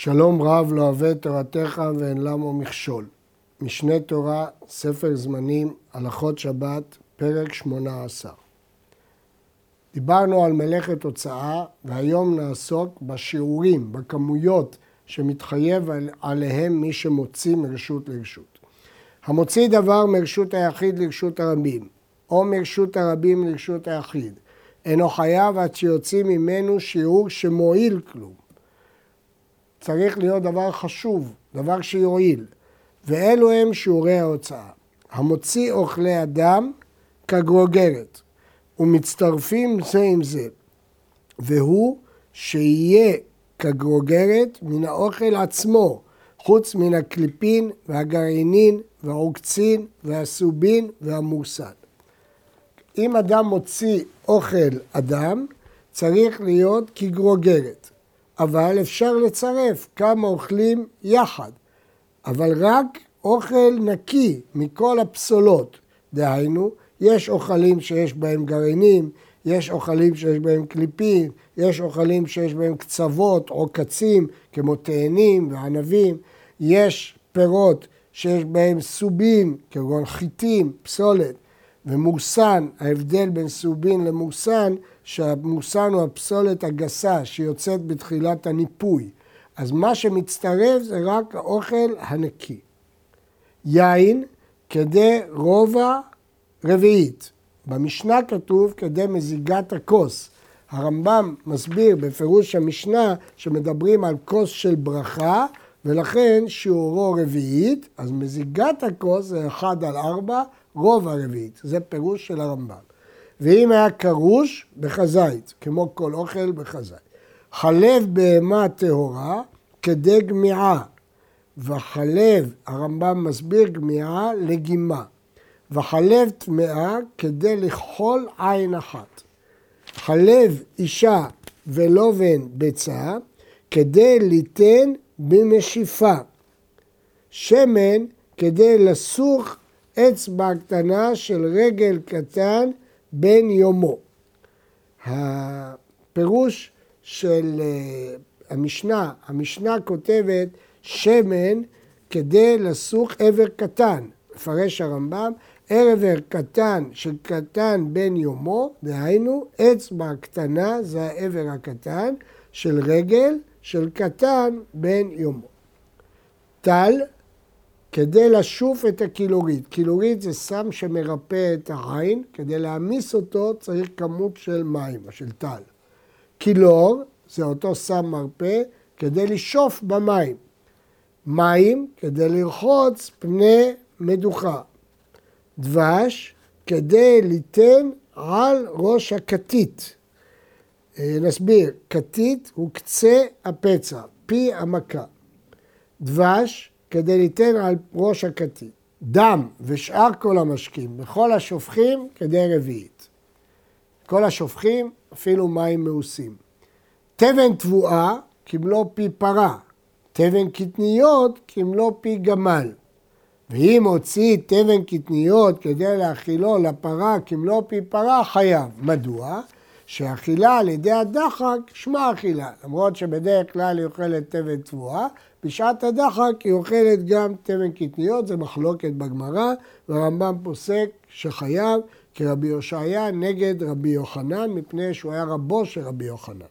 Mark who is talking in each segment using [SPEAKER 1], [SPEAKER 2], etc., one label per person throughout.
[SPEAKER 1] שלום רב לא אוהב תורתך ואין למו מכשול. משנה תורה, ספר זמנים, הלכות שבת, פרק 18. דיברנו על מלאכת הוצאה, והיום נעסוק בשיעורים, בכמויות שמתחייב עליהם מי שמוציא מרשות לרשות. המוציא דבר מרשות היחיד לרשות הרבים, או מרשות הרבים לרשות היחיד, אינו חייב עד שיוציא ממנו שיעור שמועיל כלום. צריך להיות דבר חשוב, דבר שיועיל, ואלו הם שיעורי ההוצאה. המוציא אוכלי אדם כגרוגרת, ומצטרפים זה עם זה, והוא שיהיה כגרוגרת מן האוכל עצמו, חוץ מן הקליפין והגרעינין והעוקצין והסובין והמורסל. אם אדם מוציא אוכל אדם, צריך להיות כגרוגרת. אבל אפשר לצרף כמה אוכלים יחד, אבל רק אוכל נקי מכל הפסולות. דהיינו, יש אוכלים שיש בהם גרעינים, יש אוכלים שיש בהם קליפים, יש אוכלים שיש בהם קצוות או קצים כמו תאנים וענבים, יש פירות שיש בהם סובין כגון חיטים, פסולת, ומורסן. ההבדל בין סובין למורסן, שהמורסן הוא הפסולת הגסה שיוצאת בתחילת הניפוי. אז מה שמצטרף זה רק האוכל הנקי. יין כדי רובע רביעית. במשנה כתוב כדי מזיגת הכוס. הרמב"ם מסביר בפירוש המשנה שמדברים על כוס של ברכה, ולכן שיעורו רביעית, אז מזיגת הכוס זה 1/4, רובע רביעית. זה פירוש של הרמב"ם. ואם היה קרוש בחזית, כמו כל אוכל בחזית. חלב בהמה טהורה כדי גמיעה, וחלב, הרמב"ם מסביר גמיעה לגימה, וחלב טמאה כדי לכחול עין אחת. חלב אישה ולובן ביצה כדי ליתן במשיפה. שמן כדי לסוך אצבע קטנה של רגל קטן בן יומו. הפירוש של המשנה כותבת שמן כדי לסוך עבר קטן. מפרש הרמב"ם, עבר קטן של קטן בן יומו, דהיינו אצבע קטנה, זה העבר הקטן של רגל של קטן בן יומו. טל כדי לשוף את הקילורית. קילורית זה סם שמרפא את העין, כדי להמיס אותו צריך כמות של מים, של טל. קילור זה אותו סם מרפא כדי לשוף במים. מים כדי לרחוץ פני מדוחה. דבש כדי ליתן על ראש הכתית. נסביר, כתית הוא קצה הפצע, פי המכה. דבש כדי ליתן על ראש הכתית. דם ושאר כל המשקים, בכל השופכים כדי רביעית. כל השופכים אפילו מים מאוסים. תבן תבואה כמלוא פי פרה, תבן קטניות כמלוא פי גמל. ואם הוציא תבן קטניות כדי להאכילו לפרה כמלוא פי פרה, חייב. מדוע? שאכילה על ידי הדחק שמה אכילה. למרות שבדרך כלל היא אוכלת תבן תבואה, בשעת הדחק היא אוכלת גם תבן קטניות, זה מחלוקת בגמרא, והרמב"ם פוסק שחייב כרבי יושעיה נגד רבי יוחנן, מפני שהוא היה רבו של רבי יוחנן.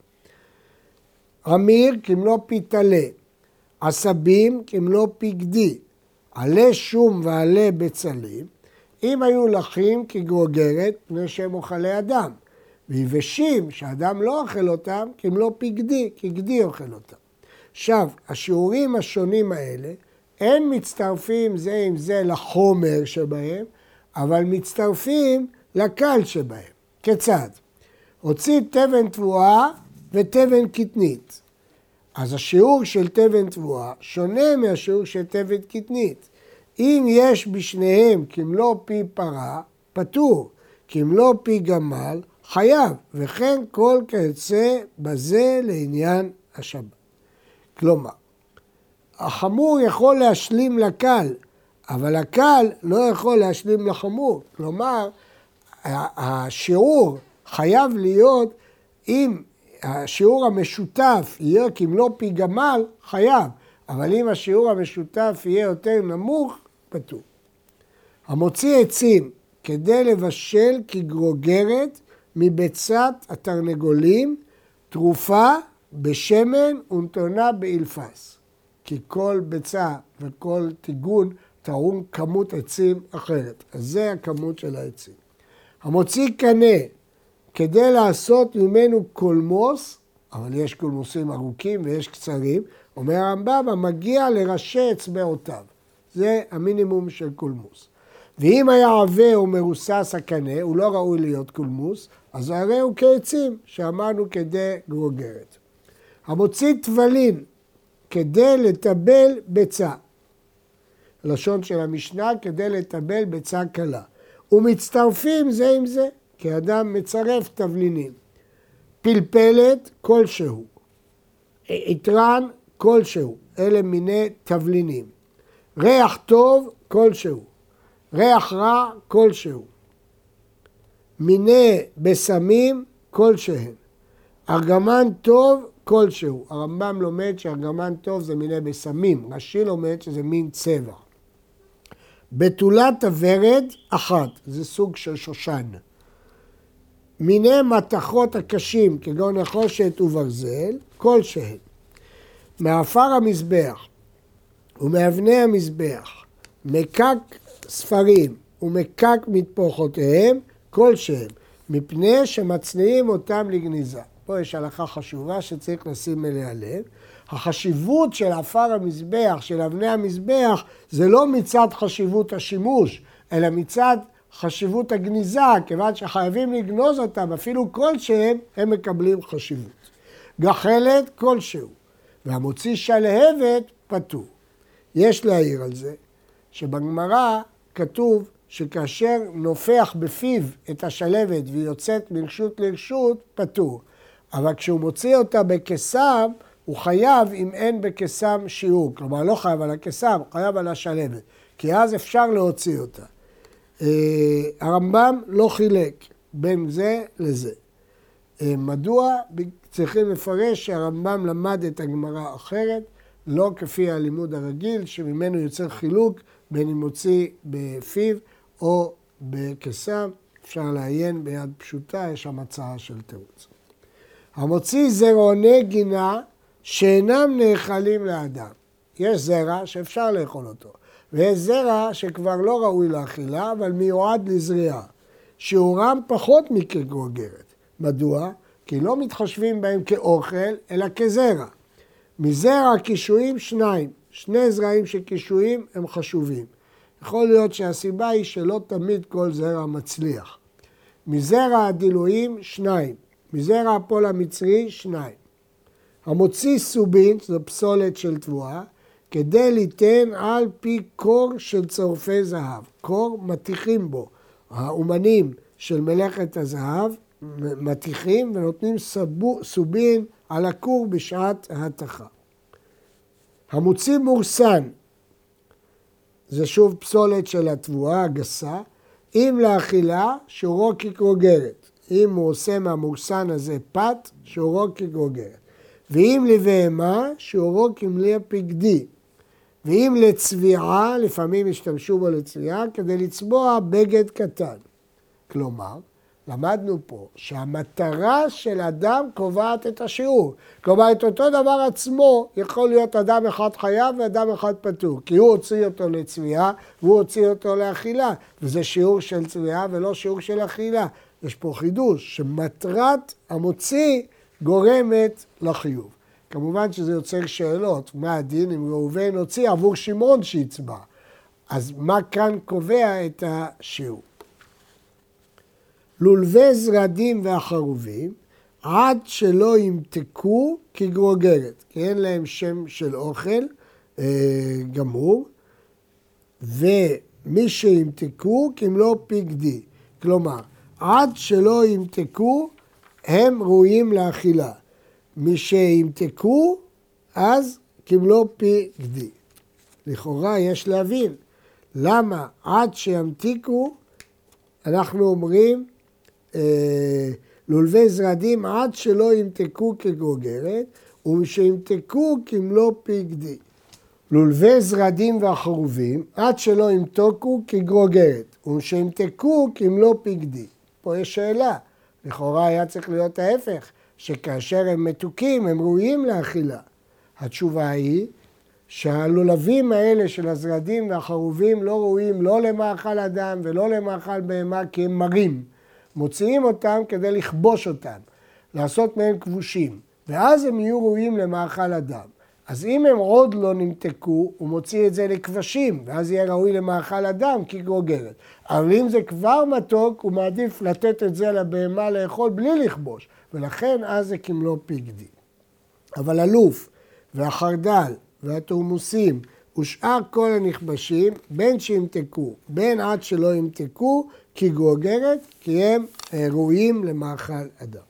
[SPEAKER 1] אמיר כמלוא פי טלה, עשבים כמלוא פי גדי, עלי שום ועלי בצלים, אם היו לחים כגרוגרת, פני שהם אוכלי אדם, ויבשים שאדם לא אוכל אותם כמלוא פי גדי, כי גדי אוכל אותם. עכשיו, השיעורים השונים האלה, אין מצטרפים זה עם זה לחומר שבהם, אבל מצטרפים לקל שבהם. כיצד? הוציא תבן תבואה ותבן קטנית. אז השיעור של תבן תבואה שונה מהשיעור של תבן קטנית. אם יש בשניהם כמלוא פי פרה, פטור, כמלוא פי גמל, חייב, וכן כל כיוצא בזה לעניין השבת. כלומר, החמור יכול להשלים לקל, אבל הקל לא יכול להשלים לחמור. כלומר, השיעור חייב להיות אם השיעור המשותף יהיה כמלוא פי גמל, חייב. אבל אם השיעור המשותף יהיה יותר נמוך, פטור. המוציא עצים כדי לבשל כגרוגרת מביצת התרנגולים, תרופה בשמן ונתונה באלפס. כי כל ביצה וכל טיגון טעון כמות עצים אחרת. אז זה הכמות של העצים. המוציא קנה כדי לעשות ממנו קולמוס, אבל יש קולמוסים ארוכים ויש קצרים, אומר הרמב"ם, המגיע לראשי אצבעותיו. זה המינימום של קולמוס. ואם היה עבה או מרוסס הקנה, הוא לא ראוי להיות קולמוס, אז הרי הוא כעצים, שאמרנו כדי גרוגרת. המוציא טבלין כדי לטבל ביצה. לשון של המשנה כדי לטבל ביצה קלה. ומצטרפים זה עם זה, כי אדם מצרף תבלינים. פלפלת כלשהו, עטרן כלשהו, אלה מיני תבלינים. ריח טוב כלשהו, ריח רע כלשהו. מיני בשמים כלשהם. ארגמן טוב כלשהו. הרמב"ם לומד שארגמן טוב זה מיני בשמים, רש"י לומד שזה מין צבע. בתולת הוורד אחת, זה סוג של שושן. מיני מתכות הקשים כגון נחושת וברזל, כלשהם. מעפר המזבח ומאבני המזבח, מקק ספרים ומקק מטפוחותיהם, כלשהם, מפני שמצניעים אותם לגניזה. פה יש הלכה חשובה שצריך לשים אליה לב. החשיבות של עפר המזבח, של אבני המזבח, זה לא מצד חשיבות השימוש, אלא מצד חשיבות הגניזה, כיוון שחייבים לגנוז אותם, אפילו כלשהם, הם מקבלים חשיבות. גחלת כלשהו, והמוציא שלהבת פטור. יש להעיר על זה, שבגמרא כתוב שכאשר נופח בפיו את השלהבת והיא יוצאת מרשות לרשות, פטור. אבל כשהוא מוציא אותה בקסם, הוא חייב אם אין בקסם שיעור. כלומר, לא חייב על הקסם, חייב על השלהבת. כי אז אפשר להוציא אותה. הרמב"ם לא חילק בין זה לזה. מדוע? צריכים לפרש שהרמב"ם למד את הגמרא אחרת, לא כפי הלימוד הרגיל, שממנו יוצר חילוק בין אם מוציא בפיו או בקסם. אפשר לעיין ביד פשוטה, יש שם הצעה של תירוץ. המוציא זרעוני גינה שאינם נאכלים לאדם. יש זרע שאפשר לאכול אותו, ויש זרע שכבר לא ראוי לאכילה, אבל מיועד לזריעה. שיעורם פחות מכגרוגרת. מדוע? כי לא מתחשבים בהם כאוכל, אלא כזרע. מזרע קישואים שניים. שני זרעים של קישואים הם חשובים. יכול להיות שהסיבה היא שלא תמיד כל זרע מצליח. מזרע הדילויים שניים. מזרע הפול המצרי שניים. המוציא סובין, זו פסולת של תבואה, כדי ליתן על פי קור של צורפי זהב. קור מתיכים בו. האומנים של מלאכת הזהב מתיכים ונותנים סובין על הקור בשעת ההתכה. המוציא מורסן, זה שוב פסולת של התבואה הגסה, אם לאכילה שיעורו כגרוגרת. אם הוא עושה מהמורסן הזה פת, שיעורו כגרוגרת. ואם לבהמה, שיעורו כמליא פקדי. ואם לצביעה, לפעמים השתמשו בו לצביעה, כדי לצבוע בגד קטן. כלומר, למדנו פה שהמטרה של אדם קובעת את השיעור. כלומר, את אותו דבר עצמו יכול להיות אדם אחד חייב ואדם אחד פטור. כי הוא הוציא אותו לצביעה והוא הוציא אותו לאכילה. וזה שיעור של צביעה ולא שיעור של אכילה. יש פה חידוש שמטרת המוציא גורמת לחיוב. כמובן שזה יוצר שאלות. מה הדין אם ראובן הוציא עבור שמעון שיצבע? אז מה כאן קובע את השיעור? לולבי זרדים והחרובים, עד שלא ימתקו כגרוגרת, כי אין להם שם של אוכל גמור, ומי שימתקו כמלוא פקדי. כלומר, עד שלא ימתקו, הם ראויים לאכילה. מי שימתקו, אז כמלוא פקדי. לכאורה יש להבין, למה עד שימתיקו, אנחנו אומרים, לולבי זרדים עד שלא ימתקו כגוגרת, ומשימתקו כמלוא פי גדי. לולבי זרדים והחרובים עד שלא ימתקו כגוגרת, ומשימתקו כמלוא פי גדי. פה יש שאלה, לכאורה היה צריך להיות ההפך, שכאשר הם מתוקים הם ראויים לאכילה. התשובה היא שהלולבים האלה של הזרדים והחרובים לא ראויים לא למאכל אדם ולא למאכל בהמה כי הם מרים. מוציאים אותם כדי לכבוש אותם, לעשות מהם כבושים, ואז הם יהיו ראויים למאכל אדם. אז אם הם עוד לא נמתקו, הוא מוציא את זה לכבשים, ואז יהיה ראוי למאכל אדם כגוגרת. אבל אם זה כבר מתוק, הוא מעדיף לתת את זה לבהמה לאכול בלי לכבוש, ולכן אז זה כמלוא פי גדי. אבל הלוף והחרדל והתורמוסים ושאר כל הנכבשים, בין שימתקו, בין עד שלא ימתקו, כגוגרת, כי הם ראויים למאכל אדם.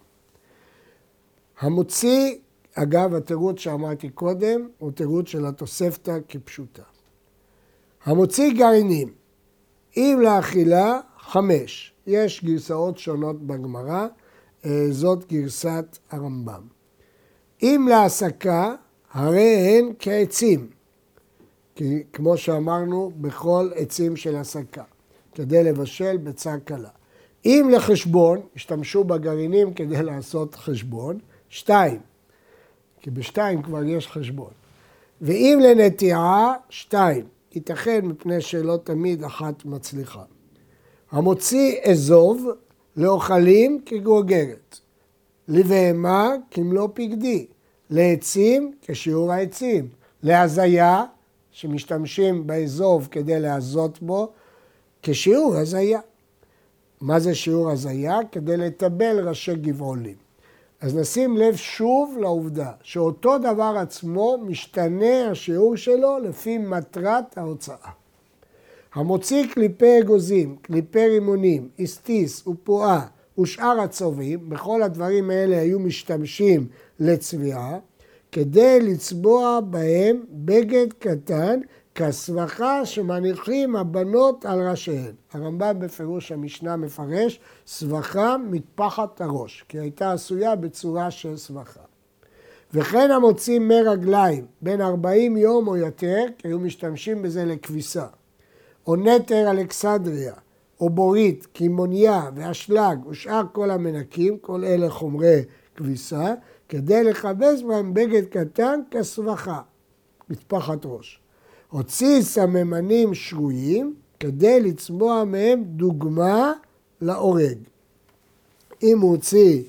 [SPEAKER 1] המוציא, אגב, התירוץ שאמרתי קודם, הוא תירוץ של התוספתא כפשוטה. המוציא גרעינים, אם לאכילה 5, יש גרסאות שונות בגמרא, זאת גרסת הרמב"ם. אם להסקה, הרי הן כעצים, כמו שאמרנו, בכל עצים של הסקה, כדי לבשל ביצה קלה. אם לחשבון, השתמשו בגרעינים כדי לעשות חשבון, 2, כי ב2 כבר יש חשבון. ואם לנטיעה, 2, ייתכן מפני שלא תמיד אחת מצליחה. המוציא אזוב לאוכלים כגוגרת, לבהמה כמלוא פי גדי, לעצים כשיעור העצים, להזיה, שמשתמשים באזוב כדי להזות בו, כשיעור הזיה. מה זה שיעור הזיה? כדי לטבל ראשי גבעולים. אז נשים לב שוב לעובדה שאותו דבר עצמו משתנה השיעור שלו לפי מטרת ההוצאה. המוציא קליפי אגוזים, קליפי רימונים, אסטיס ופועה ושאר הצובים, בכל הדברים האלה היו משתמשים לצביעה, כדי לצבוע בהם בגד קטן כסבכה שמניחים הבנות על ראשיהן. הרמב"ם בפירוש המשנה מפרש סבכה מטפחת הראש, כי הייתה עשויה בצורה של סבכה. וכן המוציא מרגליים בין 40 יום או יותר, כי היו משתמשים בזה לכביסה, או נטר אלכסנדריה, או בורית, קימוניה ואשלג ושאר כל המנקים, כל אלה חומרי כביסה, כדי לכבס בהם בגד קטן כסבכה, מטפחת ראש. הוציא סממנים שרויים כדי לצבוע מהם דוגמה להורג. אם הוא הוציא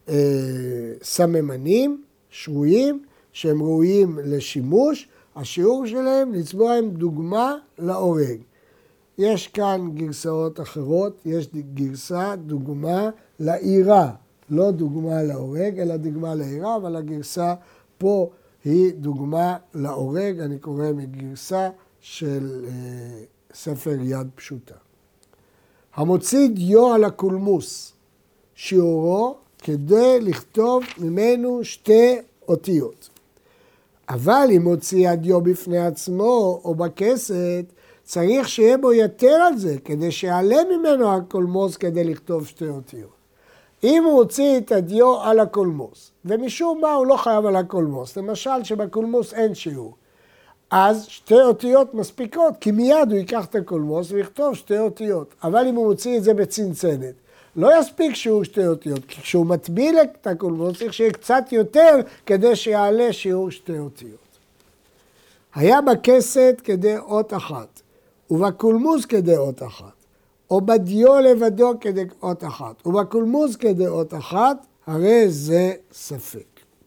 [SPEAKER 1] סממנים שרויים שהם ראויים לשימוש, השיעור שלהם לצבוע הם דוגמה להורג. יש כאן גרסאות אחרות, יש גרסה דוגמה לעירה, לא דוגמה להורג אלא דוגמה לעירה, אבל הגרסה פה היא דוגמה להורג, אני קורא מגרסה של ספר יד פשוטה. המוציא דיו על הקולמוס, שיעורו כדי לכתוב ממנו 2 אותיות. אבל אם מוציא הדיו בפני עצמו או בכסת, צריך שיהיה בו יותר על זה, כדי שיעלה ממנו הקולמוס כדי לכתוב 2 אותיות. אם הוא הוציא את הדיו על הקולמוס, ומשום מה הוא לא חייב על הקולמוס, למשל שבקולמוס אין שיעור, אז 2 אותיות מספיקות, כי מיד הוא ייקח את הקולמוס ויכתוב 2 אותיות. אבל אם הוא מוציא את זה בצנצנת, לא יספיק שיעור 2 אותיות, כי כשהוא מטביל את הקולמוס צריך שיהיה קצת יותר כדי שיעלה שיעור 2 אותיות. היה בכסת כדי אות אחת, ובקולמוס כדי אות אחת. או בדיו לבדו כדי אות אחת, ובקולמוס כדי אות אחת, הרי זה ספק.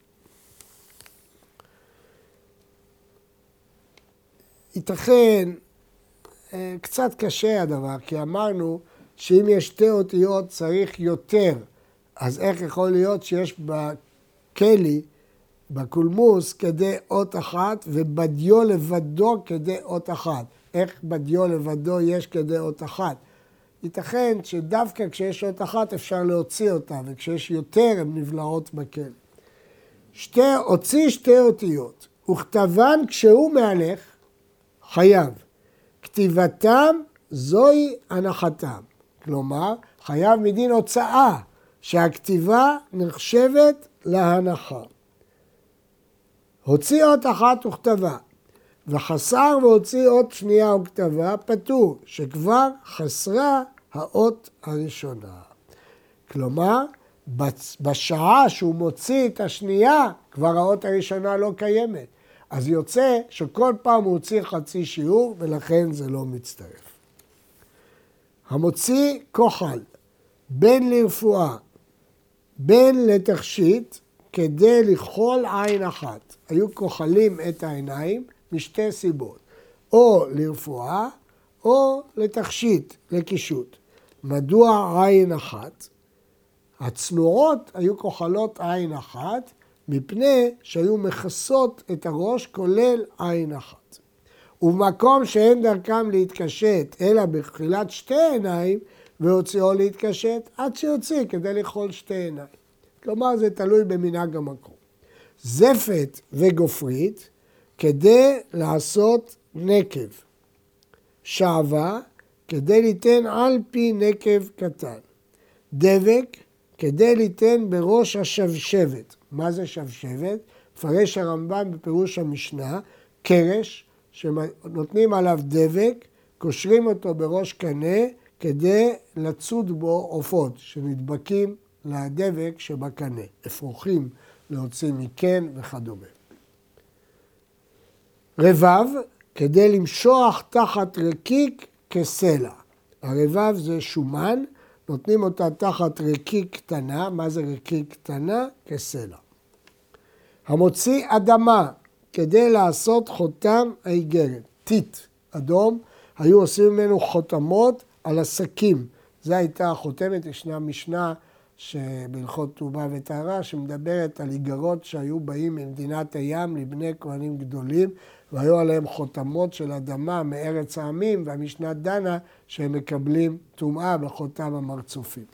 [SPEAKER 1] ייתכן, קצת קשה הדבר, כי אמרנו שאם יש 2 אותיות צריך יותר, אז איך יכול להיות שיש בכלי, בקולמוס, כדי אות אחת, ובדיו לבדו כדי אות אחת. איך בדיו לבדו יש כדי אות אחת? ייתכן שדווקא כשיש אות אחת אפשר להוציא אותה, וכשיש יותר הן נבלעות בכלי. הוציא 2 אותיות, וכתבן כשהוא מהלך, חייב. כתיבתם זוהי הנחתם. כלומר, חייב מדין הוצאה שהכתיבה נחשבת להנחה. הוציא אות אחת וכתבה, וחסר והוציא אות שנייה וכתבה, פטור, שכבר חסרה האות הראשונה. כלומר, בשעה שהוא מוציא את השנייה, כבר האות הראשונה לא קיימת. אז יוצא שכל פעם הוא הוציא חצי שיעור, ולכן זה לא מצטרף. המוציא כוחל, בין לרפואה, בין לתכשיט, כדי לכחול עין אחת. היו כוחלים את העיניים משתי סיבות, או לרפואה, או לתכשיט, לקישוט. מדוע עין אחת? הצנועות היו כוחלות עין אחת, מפני שהיו מכסות את הראש כולל עין אחת. ובמקום שאין דרכם להתקשט, אלא בתחילת שתי עיניים, והוציאו להתקשט, עד שיוציא כדי לכחול שתי עיניים. כלומר, זה תלוי במנהג המקום. זפת וגופרית, כדי לעשות נקב. שעבה, כדי ליתן על פי נקב קטן. דבק, כדי ליתן בראש השבשבת. מה זה שבשבת? מפרש הרמב"ם בפירוש המשנה, קרש, שנותנים עליו דבק, קושרים אותו בראש קנה, כדי לצוד בו עופות, שנדבקים לדבק שבקנה. אפרוחים להוציא מקן וכדומה. רבב, כדי למשוח תחת רקיק כסלע. הרבב זה שומן, נותנים אותה תחת רקיק קטנה. מה זה רקיק קטנה? כסלע. המוציא אדמה, כדי לעשות חותם האיגרת. טיט, אדום, היו עושים ממנו חותמות על עסקים. זו הייתה החותמת. ישנה משנה שבהלכות טומאה וטהרה, שמדברת על איגרות שהיו באים ממדינת הים לבני כהנים גדולים, והיו עליהם חותמות של אדמה מארץ העמים, והמשנה דנה שהם מקבלים טומאה בחותם המרצופים.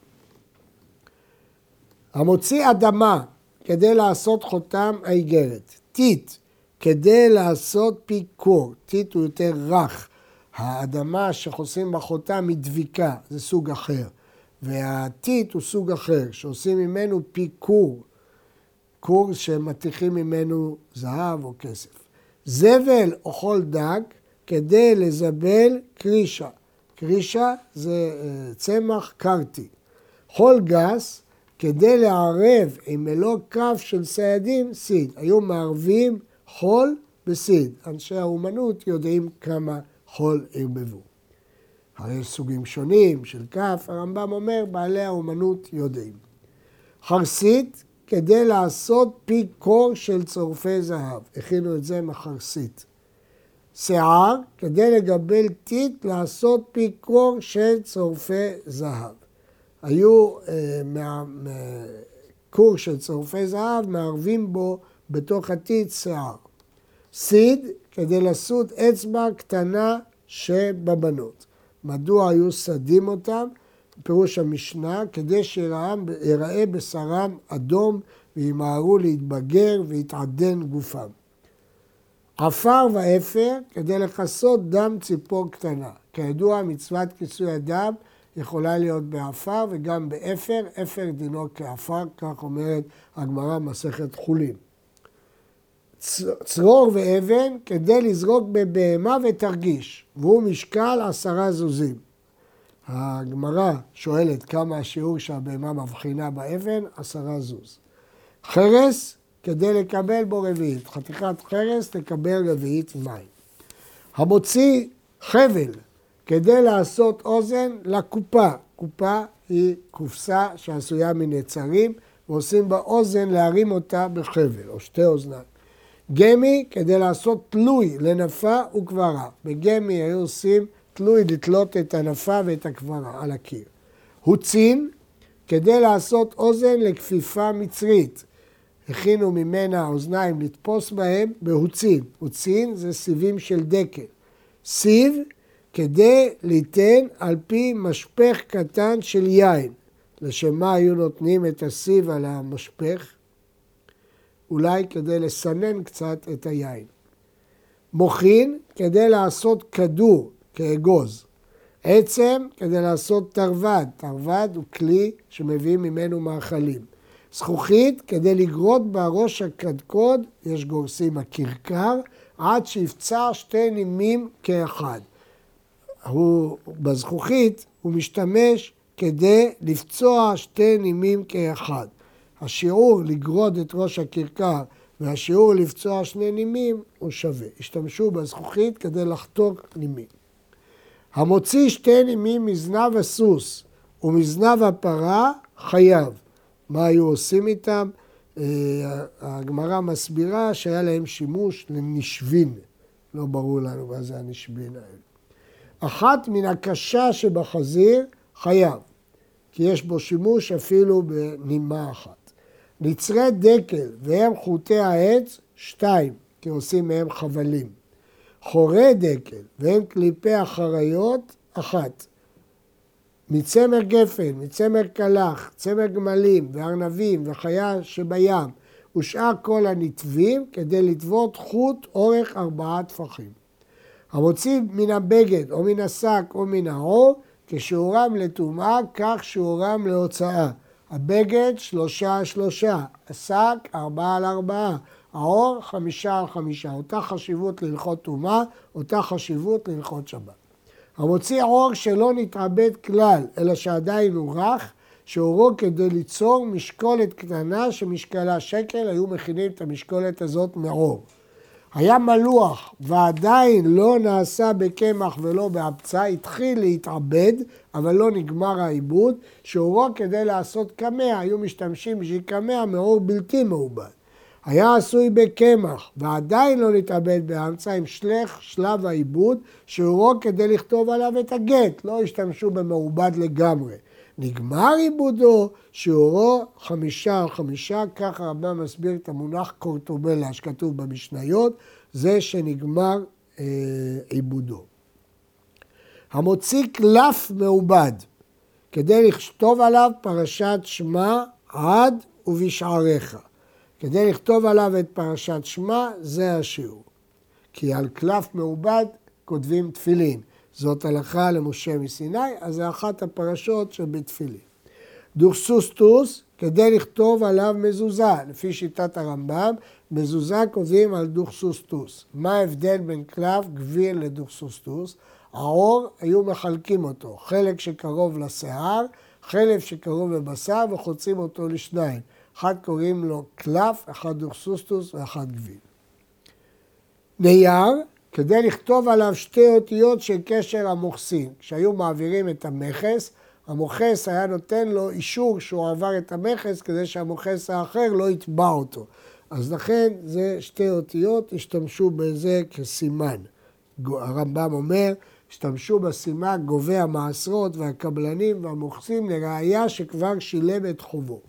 [SPEAKER 1] המוציא אדמה כדי לעשות חותם האיגרת. טיט, כדי לעשות פיקור. טיט הוא יותר רך. האדמה שחוסים בחותם היא דביקה, זה סוג אחר. והטיט הוא סוג אחר, שעושים ממנו פיקור. קור שמתיחים ממנו זהב או כסף. זבל או חול דק כדי לזבל קרישה. קרישה זה צמח קרטי. חול גס כדי לערב עם מלוא כף של סיידים סיד. היו מערבים חול בסיד. אנשי האומנות יודעים כמה חול ערבבו. הרי יש סוגים שונים של כף, הרמב"ם אומר בעלי האומנות יודעים. חרסית כדי לעשות פיקור של צורפי זהב. הכינו את זה מחרסית. שיער כדי לגבל טיט לעשות פיקור של צורפי זהב. היו קור של צורפי זהב, מערבים בו בתוך הטיט שיער. סיד כדי לעשות אצבע קטנה שבבנות. מדוע היו סדים אותם? פירוש המשנה, כדי שיראה בשרם אדום וימהרו להתבגר ויתעדן גופם. עפר ואפר כדי לכסות דם ציפור קטנה. כידוע, מצוות כיסוי הדם יכולה להיות בעפר וגם באפר. אפר דינו כעפר, כך אומרת הגמרא מסכת חולין. צרור ואבן כדי לזרוק בבהמה ותרגיש, והוא משקל 10 זוזים. הגמרא שואלת כמה השיעור שהבהמה מבחינה באבן, 10 זוז. חרס כדי לקבל בו רביעית, חתיכת חרס תקבל רביעית מים. המוציא חבל כדי לעשות אוזן לקופה. קופה היא קופסה שעשויה מנצרים, ועושים בה אוזן להרים אותה בחבל, או שתי אוזניים. גמי כדי לעשות תלוי לנפה וקברה. בגמי היו עושים תלוי לתלות את הנפה ואת הקברה על הקיר. הוצין כדי לעשות אוזן לכפיפה מצרית. הכינו ממנה אוזניים לתפוס בהם בהוצין. הוצין זה סיבים של דקל. סיב כדי ליתן על פי משפך קטן של יין. לשם מה היו נותנים את הסיב על המשפך? אולי כדי לסנן קצת את היין. מוכין כדי לעשות כדור כאגוז. עצם כדי לעשות תרווד, תרווד הוא כלי שמביאים ממנו מאכלים. זכוכית כדי לגרות בראש הקדקוד, יש גורסים הכרכר, עד שיפצע שתי נימים כאחד. בזכוכית הוא משתמש כדי לפצוע שתי נימים כאחד. השיעור לגרות את ראש הכרכר והשיעור לפצוע שני נימים הוא שווה. השתמשו בזכוכית כדי לחתוך נימים. המוציא שתי נימים מזנב הסוס ומזנב הפרה חייב. מה היו עושים איתם? הגמרא מסבירה שהיה להם שימוש לנשבין. לא ברור לנו מה זה הנשבין האלה. אחת מן הקשה שבחזיר חייב, כי יש בו שימוש אפילו בנימה אחת. נצרי דקל והם חוטי העץ, 2, כי עושים מהם חבלים. חורי דקל והם קליפי החריות, 1. מצמר גפן, מצמר קלח, צמר גמלים וארנבים וחיה שבים ושאר כל הנתבים כדי לטוות חוט אורך 4 טפחים. המוציא מן הבגד או מן השק או מן העור, כשיעורם לטומאה, כך שיעורם להוצאה. הבגד 3 על 3, השק 4 על 4, העור 5 על 5. אותה חשיבות להלכות טומאה, אותה חשיבות להלכות שבת. המוציא עור שלא נתעבד כלל, אלא שעדיין הוא רך, שעורו כדי ליצור משקולת קטנה שמשקלה שקל, היו מכינים את המשקולת הזאת מעור. היה מלוח ועדיין לא נעשה בקמח ולא באבצה, התחיל להתעבד, אבל לא נגמר העיבוד, שעורו כדי לעשות קמע, היו משתמשים בשביל קמע מעור בלתי מעובד. היה עשוי בקמח ועדיין לא נתעבד באמצע עם שלב העיבוד, שעורו כדי לכתוב עליו את הגט, לא השתמשו במעובד לגמרי. נגמר עיבודו, שיעורו 5 על 5, ככה הרמב"ם מסביר את המונח קורטובלה שכתוב במשניות, זה שנגמר עיבודו. המוציא קלף מעובד, כדי לכתוב עליו פרשת שמע עד ובשעריך. כדי לכתוב עליו את פרשת שמע, זה השיעור. כי על קלף מעובד כותבים תפילין. זאת הלכה למשה מסיני, אז זה אחת הפרשות שבתפילין. דוכסוסטוס, כדי לכתוב עליו מזוזה. לפי שיטת הרמב"ם, מזוזה כותבים על דוכסוסטוס. מה ההבדל בין קלף גביר לדוכסוסטוס? העור היו מחלקים אותו, חלק שקרוב לשיער, חלק שקרוב לבשר וחוצים אותו לשניים. אחד קוראים לו קלף, אחד דוכסוסטוס ואחד גביר. נייר, כדי לכתוב עליו 2 אותיות של קשר המוכסין. כשהיו מעבירים את המכס, המוכס היה נותן לו אישור שהוא עבר את המכס, כדי שהמוכס האחר לא יתבע אותו. אז לכן זה 2 אותיות, השתמשו בזה כסימן. הרמב"ם אומר, השתמשו בסימן גובי המעשרות והקבלנים והמוכסים לראיה שכבר שילם את חובו.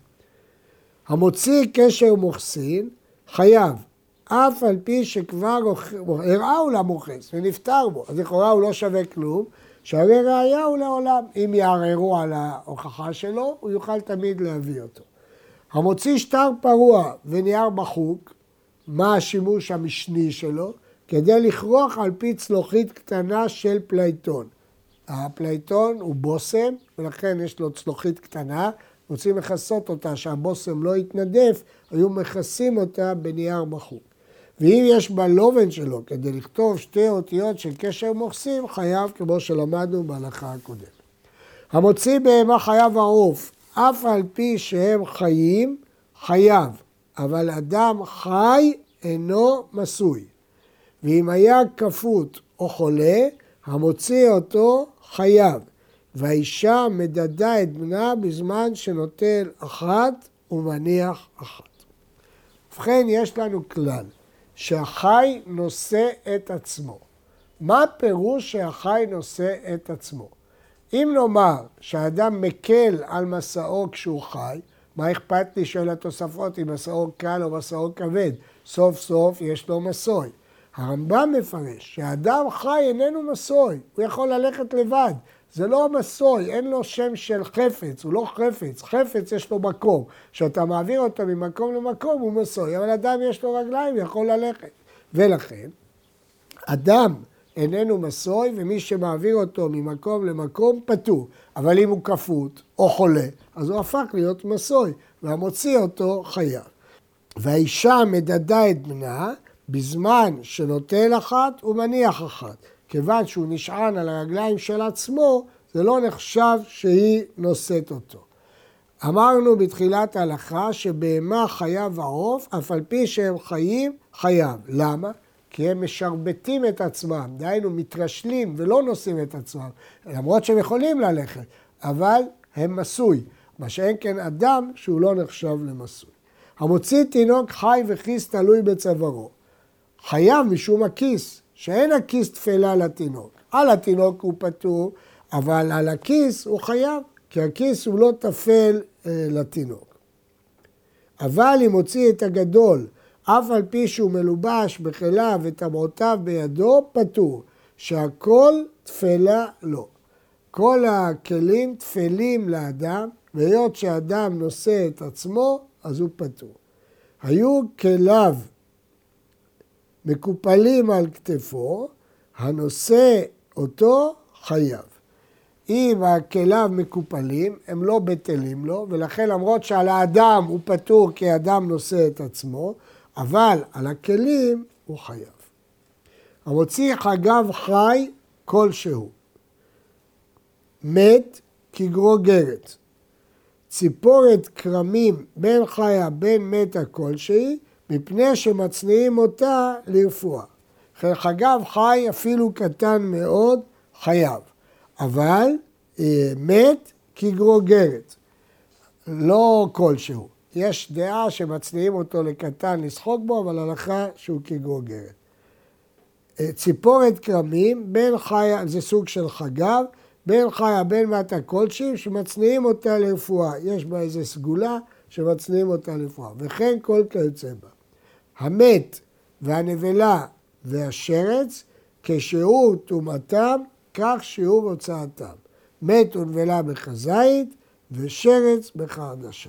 [SPEAKER 1] המוציא קשר מוכסין חייב. אף על פי שכבר הראהו למוכס ונפטר בו, אז לכאורה הוא לא שווה כלום, שווה ראיה הוא לעולם. אם יערערו על ההוכחה שלו, הוא יוכל תמיד להביא אותו. המוציא שטר פרוע ונייר בחוק, מה השימוש המשני שלו? כדי לכרוך על פי צלוחית קטנה של פלייטון. הפלייטון הוא בוסם, ולכן יש לו צלוחית קטנה, רוצים לכסות אותה, שהבוסם לא יתנדף, היו מכסים אותה בנייר בחוק. ואם יש בלובן שלו כדי לכתוב 2 אותיות של קשר מוכסים, חייב כמו שלמדנו בהלכה הקודמת. המוציא בהמה חייב ערוף, אף על פי שהם חיים, חייב, אבל אדם חי אינו מסוי. ואם היה כפות או חולה, המוציא אותו חייב. והאישה מדדה את בנה בזמן שנוטל אחת ומניח אחת. ובכן, יש לנו כלל. שהחי נושא את עצמו. מה פירוש שהחי נושא את עצמו? אם נאמר שהאדם מקל על מסעו כשהוא חי, מה אכפת לי של התוספות אם מסעו קל או מסעו כבד? סוף סוף יש לו מסוי. הרמב"ם מפרש שהאדם חי איננו מסוי, הוא יכול ללכת לבד. זה לא מסוי, אין לו שם של חפץ, הוא לא חפץ, חפץ יש לו מקום. כשאתה מעביר אותו ממקום למקום הוא מסוי, אבל אדם יש לו רגליים, יכול ללכת. ולכן, אדם איננו מסוי, ומי שמעביר אותו ממקום למקום פטור. אבל אם הוא כפות או חולה, אז הוא הפך להיות מסוי, והמוציא אותו חייב. והאישה מדדה את בנה בזמן שנוטל אחת ומניח אחת. כיוון שהוא נשען על הרגליים של עצמו, זה לא נחשב שהיא נושאת אותו. אמרנו בתחילת ההלכה שבהמה חייב העוף, אף על פי שהם חיים, חייב. למה? כי הם משרבטים את עצמם, דהיינו מתרשלים ולא נושאים את עצמם, למרות שהם יכולים ללכת, אבל הם מסוי, מה שאין כן אדם שהוא לא נחשב למסוי. המוציא תינוק חי וכיס תלוי בצווארו, חייב משום הכיס, שאין הכיס תפלה לתינוק. על התינוק הוא פטור, אבל על הכיס הוא חייב, כי הכיס הוא לא תפל לתינוק. אבל אם הוציא את הגדול, אף על פי שהוא מלובש בכליו וטבעותיו בידו, פטור, שהכל תפלה לו. כל הכלים תפלים לאדם, והיות שאדם נושא את עצמו, אז הוא פטור. היו כליו מקופלים על כתפו, הנושא אותו חייב. אם הכליו מקופלים, הם לא בטלים לו, ולכן למרות שעל האדם הוא פטור כי האדם נושא את עצמו, אבל על הכלים הוא חייב. המוציא חגב חי כלשהו, מת כגרוגרת, ציפורת כרמים בין חיה בין מתה כלשהי, מפני שמצניעים אותה לרפואה. חגב חי אפילו קטן מאוד חייב, אבל מת כגרוגרת, לא כלשהו. יש דעה שמצניעים אותו לקטן לשחוק בו, אבל הלכה שהוא כגרוגרת. ציפורת כרמים, בין חיה, זה סוג של חגב, בין חיה בין מתה כלשהי, שמצניעים אותה לרפואה. יש בה איזו סגולה שמצניעים אותה לרפואה. וכן כל כיוצא בה. המת והנבלה והשרץ, כשיעור טומאתם, כך שיעור הוצאתם. מת ונבלה בכזית, ושרץ בחרדשה.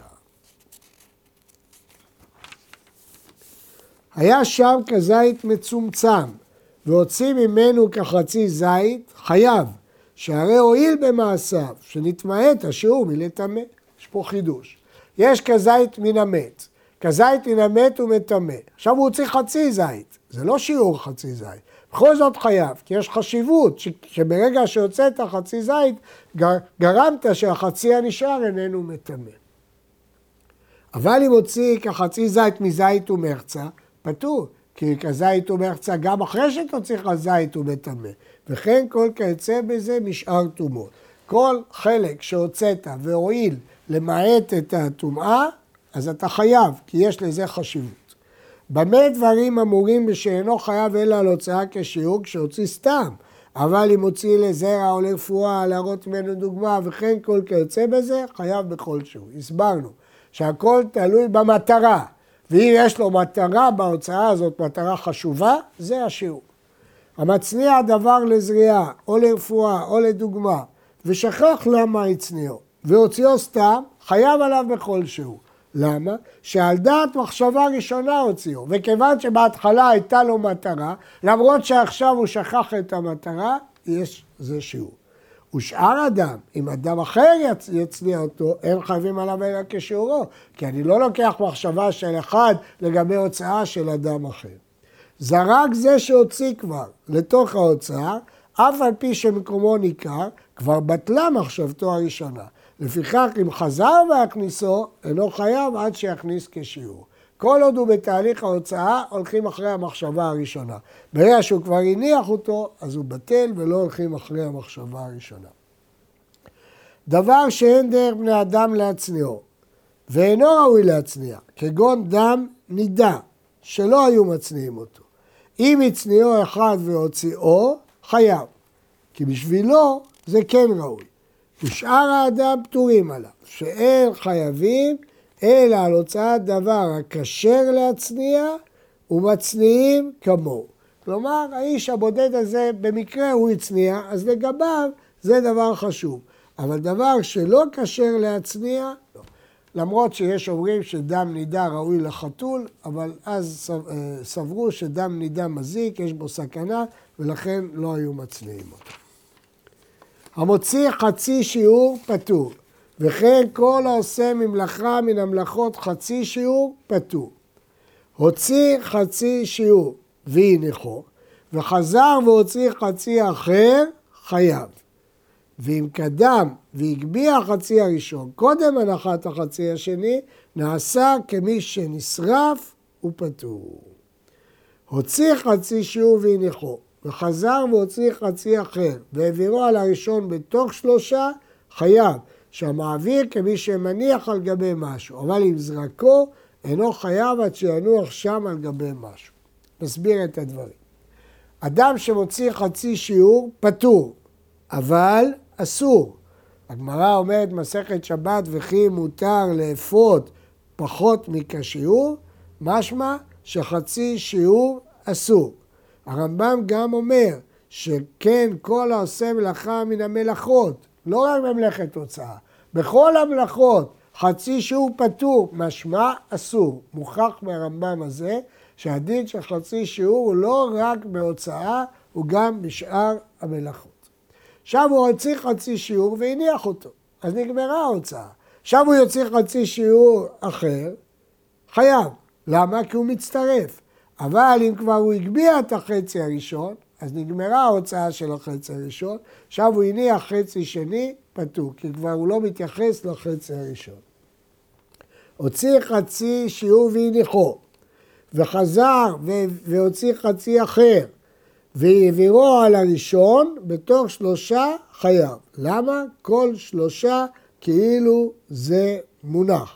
[SPEAKER 1] היה שם כזית מצומצם, והוציא ממנו כחצי זית, חייב, שהרי הועיל במעשיו, שנתמעט השיעור מלטמא. יש פה חידוש. יש כזית מן המת, כזית מן המת הוא מטמא. עכשיו הוא הוציא חצי זית, זה לא שיעור חצי זית. בכל זאת חייב, כי יש חשיבות שברגע שהוצאת חצי זית, גרמת שהחצי הנשאר איננו מטמא. אבל אם הוציא כחצי זית מזית ומחצה, פטור, כי כזית ומחצה גם אחרי שתוציא זית הוא מטמא. וכן כל כיוצא בזה משאר טומאות. כל חלק שהוצאת והועיל למעט את הטומאה, אז אתה חייב, כי יש לזה חשיבות. במה דברים אמורים בשאינו חייב אלא על הוצאה כשיעור כשהוציא סתם, אבל אם הוציא לזרע או לרפואה, להראות ממנו דוגמה וכן כל כיוצא בזה, חייב בכל שיעור. הסברנו שהכל תלוי במטרה, ואם יש לו מטרה בהוצאה הזאת, מטרה חשובה, זה השיעור. המצניע דבר לזריעה או לרפואה או לדוגמה, ושכח למה הצניעו, והוציאו סתם, חייב עליו בכל שיעור. למה? שעל דעת מחשבה ראשונה הוציאו, וכיוון שבהתחלה הייתה לו מטרה, למרות שעכשיו הוא שכח את המטרה, יש זה שיעור. ושאר אדם, אם אדם אחר יצניע אותו, הם חייבים עליו אלא כשיעורו, כי אני לא לוקח מחשבה של אחד לגבי הוצאה של אדם אחר. זרק זה שהוציא כבר לתוך ההוצאה, אף על פי שמקומו ניכר, כבר בטלה מחשבתו הראשונה. לפיכך, אם חזר והכניסו, אינו חייב עד שיכניס כשיעור. כל עוד הוא בתהליך ההוצאה, הולכים אחרי המחשבה הראשונה. ברגע שהוא כבר הניח אותו, אז הוא בטל ולא הולכים אחרי המחשבה הראשונה. דבר שאין דרך בני אדם להצניעו, ואינו ראוי להצניע, כגון דם נידה, שלא היו מצניעים אותו. אם הצניעו אחד והוציאו, חייב, כי בשבילו זה כן ראוי. ושאר האדם פטורים עליו, שאין חייבים, אלא על הוצאת דבר הכשר להצניע, ומצניעים כמוהו. כלומר, האיש הבודד הזה, במקרה הוא הצניע, אז לגביו זה דבר חשוב. אבל דבר שלא כשר להצניע, לא. למרות שיש אומרים שדם נידה ראוי לחתול, אבל אז סברו שדם נידה מזיק, יש בו סכנה, ולכן לא היו מצניעים אותו. המוציא חצי שיעור פטור, וכן כל העושה ממלאכה מן המלאכות חצי שיעור פטור. הוציא חצי שיעור והניחו, וחזר והוציא חצי אחר, חייב. ואם קדם והגביע החצי הראשון, קודם הנחת החצי השני, נעשה כמי שנשרף ופטור. הוציא חצי שיעור והניחו, וחזר והוציא חצי אחר, והעבירו על הראשון בתוך 3, חייב, שהמעביר כמי שמניח על גבי משהו, אבל אם זרקו, אינו חייב עד שינוח שם על גבי משהו. נסביר את הדברים. אדם שמוציא חצי שיעור, פטור, אבל אסור. הגמרא אומרת מסכת שבת וכי מותר לאפות פחות מכשיעור, משמע שחצי שיעור אסור. הרמב"ם גם אומר שכן כל העושה מלאכה מן המלאכות, לא רק במלאכת הוצאה, בכל המלאכות חצי שיעור פטור, משמע אסור. מוכח מהרמב"ם הזה שהדין של חצי שיעור הוא לא רק בהוצאה, הוא גם בשאר המלאכות. עכשיו הוא הוציא חצי שיעור והניח אותו, אז נגמרה ההוצאה. עכשיו הוא יוציא חצי שיעור אחר, חייב. למה? כי הוא מצטרף. אבל אם כבר הוא הגביע את החצי הראשון, אז נגמרה ההוצאה של החצי הראשון, עכשיו הוא הניח חצי שני, פטור, כי כבר הוא לא מתייחס לחצי הראשון. הוציא חצי שיעור והניחו, וחזר והוציא חצי אחר, והעבירו על הראשון בתוך 3 חייב. למה? כל 3 כאילו זה מונח.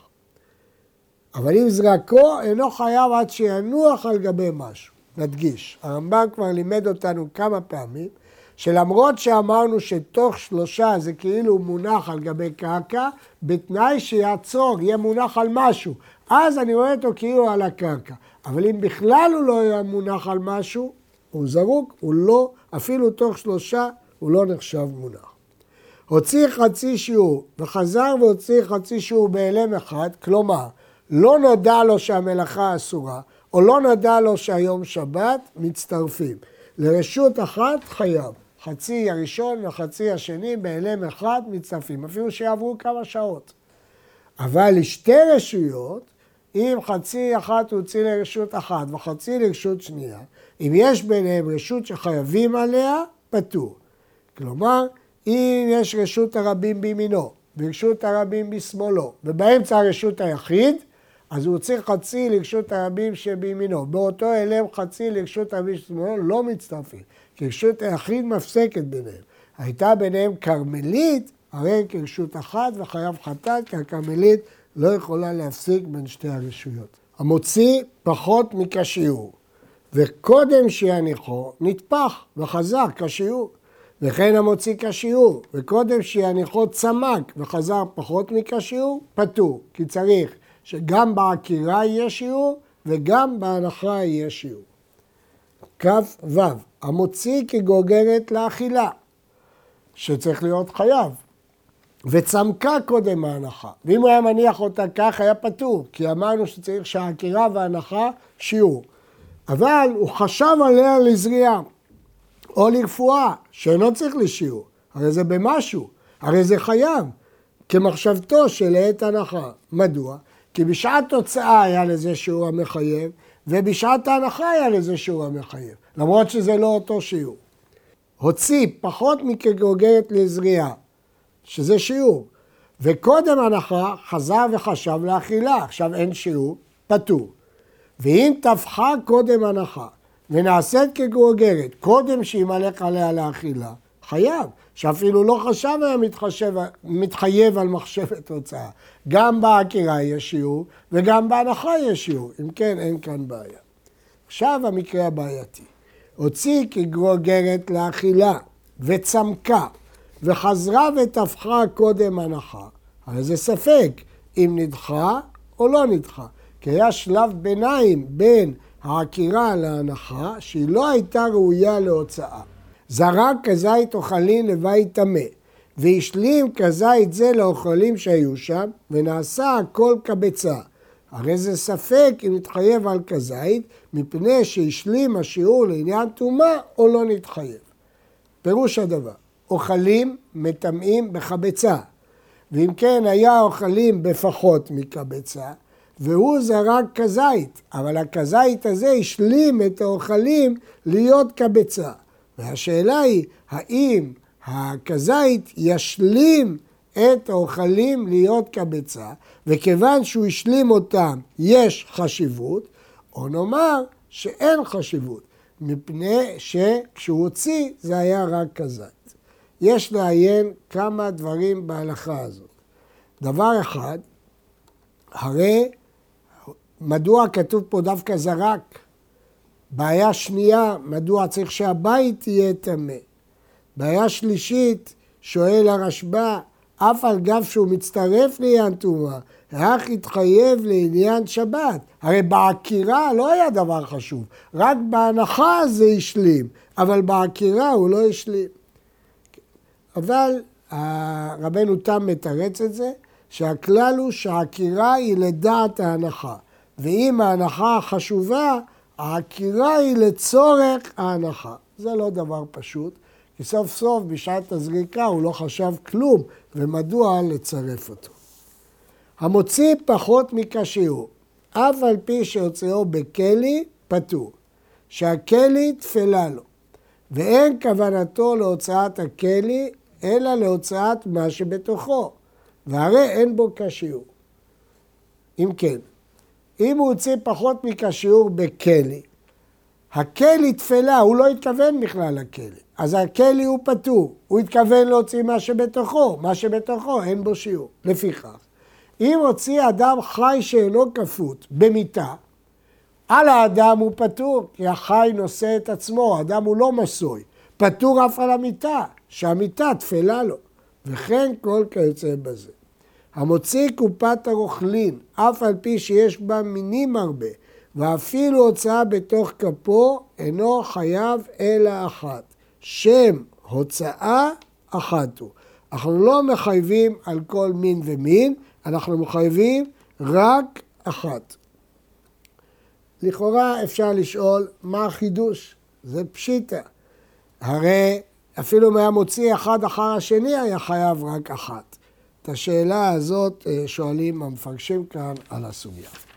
[SPEAKER 1] אבל אם זרקו, אינו חייב עד שינוח על גבי משהו. נדגיש, הרמב"ם כבר לימד אותנו כמה פעמים, שלמרות שאמרנו שתוך 3 זה כאילו מונח על גבי קרקע, בתנאי שיעצור, יהיה מונח על משהו. אז אני רואה אותו כאילו על הקרקע. אבל אם בכלל הוא לא יהיה מונח על משהו, הוא זרוק, הוא לא, אפילו תוך 3 הוא לא נחשב מונח. הוציא חצי שיעור וחזר והוציא חצי שיעור בהלם אחד, כלומר, לא נודע לו שהמלאכה אסורה, או לא נודע לו שהיום שבת, מצטרפים. לרשות אחת חייב, חצי הראשון וחצי השני בהלם אחד מצטרפים, אפילו שיעברו כמה שעות. אבל לשתי רשויות, אם חצי אחת הוציא לרשות אחת וחצי לרשות שנייה, אם יש ביניהם רשות שחייבים עליה, פטור. כלומר, אם יש רשות הרבים בימינו, ורשות הרבים בשמאלו, ובאמצע הרשות היחיד, אז הוא צריך חצי לרשות הרבים שבימינו. באותו אלם חצי לרשות הרבים שבשמאלו לא מצטרפים, כי רשות היחיד מפסקת ביניהם. הייתה ביניהם קרמלית, הרי כרשות אחת וחייב חטאת, כי הקרמלית לא יכולה להפסיק בין שתי הרשויות. המוציא פחות מכשיעור, וקודם שיניחו נטפח וחזר כשיעור. וכן המוציא כשיעור, וקודם שיניחו צמק וחזר פחות מכשיעור, פטור. כי צריך שגם בעקירה יהיה שיעור וגם בהנחה יהיה שיעור. כ"ו, המוציא כגוגרת לאכילה, שצריך להיות חייב, וצמקה קודם ההנחה. ואם הוא היה מניח אותה כך היה פטור, כי אמרנו שצריך שהעקירה וההנחה שיעור. אבל הוא חשב עליה לזריעה, או לרפואה, שאינו צריך לשיעור. הרי זה במשהו, הרי זה חייב, כמחשבתו של עת הנחה. מדוע? כי בשעת תוצאה היה לזה שיעור המחייב, ובשעת ההנחה היה לזה שיעור המחייב, למרות שזה לא אותו שיעור. הוציא פחות מכגוגרת לזריעה, שזה שיעור, וקודם הנחה חזר וחשב לאכילה, עכשיו אין שיעור, פטור. ואם תפחה קודם הנחה, ונעשית כגוגרת, קודם שימלך עליה לאכילה, חייב, שאפילו לא חשב היה מתחייב על מחשבת הוצאה. גם בעקירה יש שיעור, וגם בהנחה יש שיעור. אם כן, אין כאן בעיה. עכשיו המקרה הבעייתי. הוציא כגוגרת לאכילה, וצמקה, וחזרה ותפחה קודם הנחה. הרי זה ספק אם נדחה או לא נדחה. כי היה שלב ביניים בין העקירה להנחה, שהיא לא הייתה ראויה להוצאה. זרק כזית אוכלין לבית טמא, והשלים כזית זה לאוכלים שהיו שם, ונעשה הכל כביצה. הרי זה ספק אם נתחייב על כזית, מפני שהשלים השיעור לעניין טומאה או לא נתחייב. פירוש הדבר, אוכלים מטמאים בחביצה, ואם כן היה אוכלים בפחות מקביצה, והוא זרק כזית, אבל הכזית הזה השלים את האוכלים להיות כביצה. והשאלה היא, האם הכזית ישלים את האוכלים להיות כביצה, וכיוון שהוא השלים אותם יש חשיבות, או נאמר שאין חשיבות, מפני שכשהוא הוציא זה היה רק כזית. יש לעיין כמה דברים בהלכה הזאת. דבר אחד, הרי מדוע כתוב פה דווקא זרק? בעיה שנייה, מדוע צריך שהבית יהיה טמא? בעיה שלישית, שואל הרשב"א, אף על גב שהוא מצטרף לעניין טומאה, רק התחייב לעניין שבת. הרי בעקירה לא היה דבר חשוב, רק בהנחה זה השלים, אבל בעקירה הוא לא השלים. אבל רבנו תם מתרץ את זה, שהכלל הוא שהעקירה היא לדעת ההנחה, ואם ההנחה חשובה, העקירה היא לצורך ההנחה. זה לא דבר פשוט, כי סוף סוף בשעת הזריקה הוא לא חשב כלום, ומדוע לצרף אותו. המוציא פחות מכשיעור, אף על פי שהוציאו בכלי, פטור, שהכלי תפלה לו, ואין כוונתו להוצאת הכלי, אלא להוצאת מה שבתוכו, והרי אין בו כשיעור. אם כן, אם הוא הוציא פחות מכשיעור בכלי, הכלי תפלה, הוא לא התכוון בכלל לכלי, אז הכלי הוא פטור, הוא התכוון להוציא מה שבתוכו, מה שבתוכו אין בו שיעור. לפיכך, אם הוציא אדם חי שאינו כפות במיטה, על האדם הוא פטור, כי החי נושא את עצמו, האדם הוא לא מסוי, פטור אף על המיטה, שהמיטה תפלה לו, וכן כל כיוצא בזה. המוציא קופת הרוכלין, אף על פי שיש בה מינים הרבה, ואפילו הוצאה בתוך כפו, אינו חייב אלא אחת. שם הוצאה אחת הוא. אנחנו לא מחייבים על כל מין ומין, אנחנו מחייבים רק אחת. לכאורה אפשר לשאול מה החידוש? זה פשיטה. הרי אפילו אם היה מוציא אחד אחר השני, היה חייב רק אחת. את השאלה הזאת שואלים המפרשים כאן על הסוגיה.